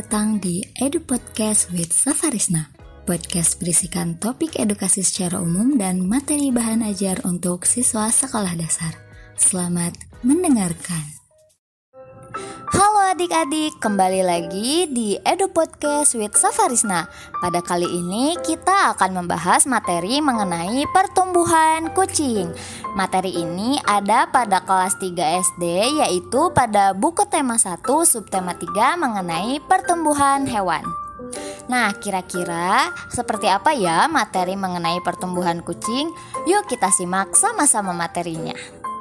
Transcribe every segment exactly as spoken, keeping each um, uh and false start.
datang di Edu Podcast with Safarisna. Podcast berisikan topik edukasi secara umum dan materi bahan ajar untuk siswa sekolah dasar. Selamat mendengarkan. Halo adik-adik, kembali lagi di Edu Podcast with Safarisna. Pada kali ini kita akan membahas materi mengenai pertumbuhan kucing. Materi ini ada pada kelas tiga S D, yaitu pada buku tema satu subtema tiga mengenai pertumbuhan hewan. Nah, kira-kira seperti apa ya materi mengenai pertumbuhan kucing? Yuk kita simak sama-sama materinya.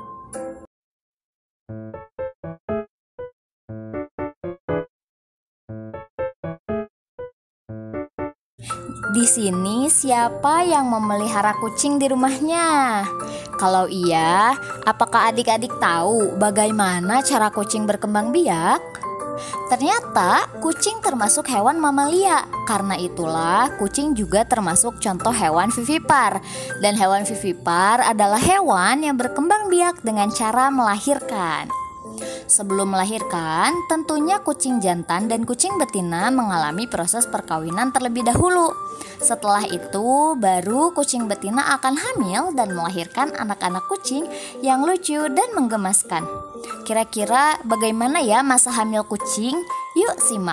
Di sini siapa yang memelihara kucing di rumahnya? Kalau iya, apakah adik-adik tahu bagaimana cara kucing berkembang biak? Ternyata kucing termasuk hewan mamalia. Karena itulah kucing juga termasuk contoh hewan vivipar. Dan hewan vivipar adalah hewan yang berkembang biak dengan cara melahirkan. Sebelum melahirkan, tentunya kucing jantan dan kucing betina mengalami proses perkawinan terlebih dahulu. Setelah itu, baru kucing betina akan hamil dan melahirkan anak-anak kucing yang lucu dan menggemaskan. Kira-kira bagaimana ya masa hamil kucing? Yuk simak.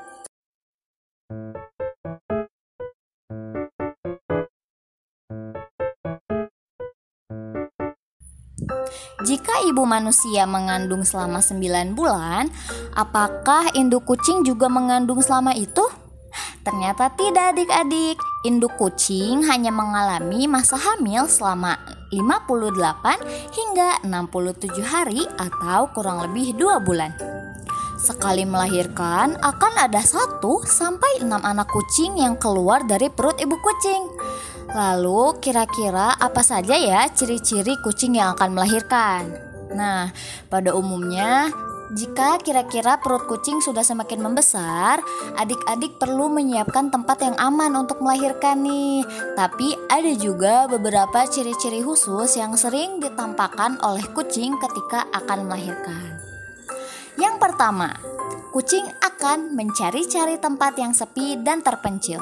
Jika ibu manusia mengandung selama sembilan bulan, apakah induk kucing juga mengandung selama itu? Ternyata tidak adik-adik. Induk kucing hanya mengalami masa hamil selama lima puluh delapan hingga enam puluh tujuh hari atau kurang lebih dua bulan. Sekali melahirkan akan ada satu sampai enam anak kucing yang keluar dari perut ibu kucing. Lalu kira-kira apa saja ya ciri-ciri kucing yang akan melahirkan? Nah, pada umumnya jika kira-kira perut kucing sudah semakin membesar, adik-adik perlu menyiapkan tempat yang aman untuk melahirkan nih. Tapi ada juga beberapa ciri-ciri khusus yang sering ditampakkan oleh kucing ketika akan melahirkan. Yang pertama, kucing akan mencari-cari tempat yang sepi dan terpencil.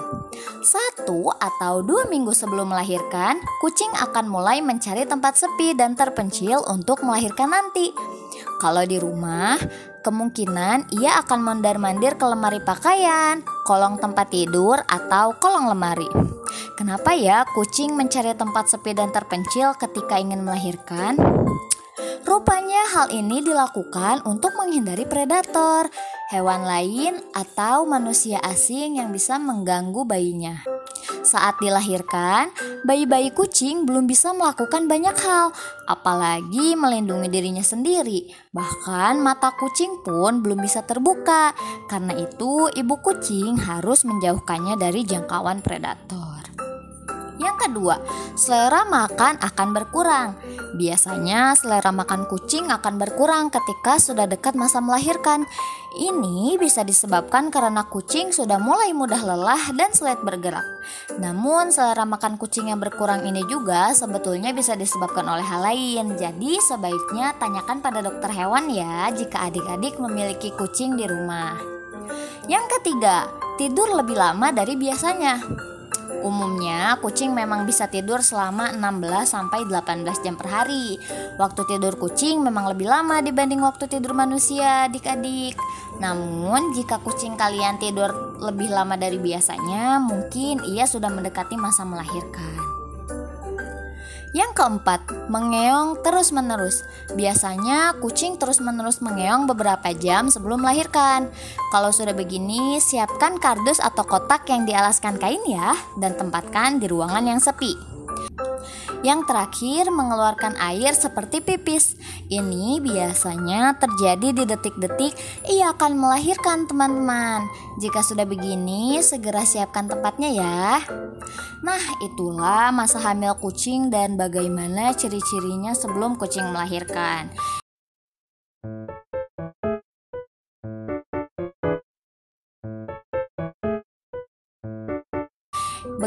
Satu atau dua minggu sebelum melahirkan, kucing akan mulai mencari tempat sepi dan terpencil untuk melahirkan nanti. Kalau di rumah, kemungkinan ia akan mondar-mandir ke lemari pakaian, kolong tempat tidur, atau kolong lemari. Kenapa ya kucing mencari tempat sepi dan terpencil ketika ingin melahirkan? Rupanya hal ini dilakukan untuk menghindari predator, hewan lain, atau manusia asing yang bisa mengganggu bayinya. Saat dilahirkan, bayi-bayi kucing belum bisa melakukan banyak hal, apalagi melindungi dirinya sendiri. Bahkan mata kucing pun belum bisa terbuka. Karena itu, ibu kucing harus menjauhkannya dari jangkauan predator. Yang kedua, selera makan akan berkurang. Biasanya selera makan kucing akan berkurang ketika sudah dekat masa melahirkan. Ini bisa disebabkan karena kucing sudah mulai mudah lelah dan sulit bergerak. Namun selera makan kucing yang berkurang ini juga sebetulnya bisa disebabkan oleh hal lain. Jadi sebaiknya tanyakan pada dokter hewan ya jika adik-adik memiliki kucing di rumah. Yang ketiga, tidur lebih lama dari biasanya. Umumnya kucing memang bisa tidur selama enam belas sampai delapan belas jam per hari. Waktu tidur kucing memang lebih lama dibanding waktu tidur manusia, adik-adik. Namun jika kucing kalian tidur lebih lama dari biasanya, mungkin ia sudah mendekati masa melahirkan. Yang keempat, mengeong terus-menerus. Biasanya kucing terus-menerus mengeong beberapa jam sebelum melahirkan. Kalau sudah begini, siapkan kardus atau kotak yang dialaskan kain ya, dan tempatkan di ruangan yang sepi. Yang terakhir, mengeluarkan air seperti pipis. Ini biasanya terjadi di detik-detik ia akan melahirkan, teman-teman. Jika sudah begini, segera siapkan tempatnya ya. Nah, itulah masa hamil kucing dan bagaimana ciri-cirinya sebelum kucing melahirkan.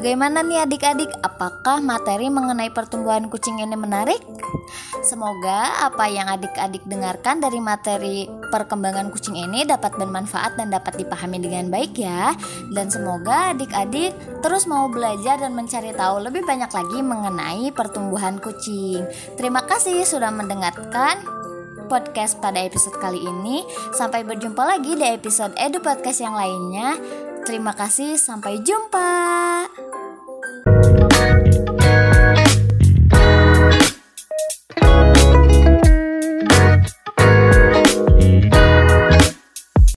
Bagaimana nih adik-adik? Apakah materi mengenai pertumbuhan kucing ini menarik? Semoga apa yang adik-adik dengarkan dari materi perkembangan kucing ini dapat bermanfaat dan dapat dipahami dengan baik ya. Dan semoga adik-adik terus mau belajar dan mencari tahu lebih banyak lagi mengenai pertumbuhan kucing. Terima kasih sudah mendengarkan podcast pada episode kali ini. Sampai berjumpa lagi di episode Edu Podcast yang lainnya. Terima kasih, sampai jumpa.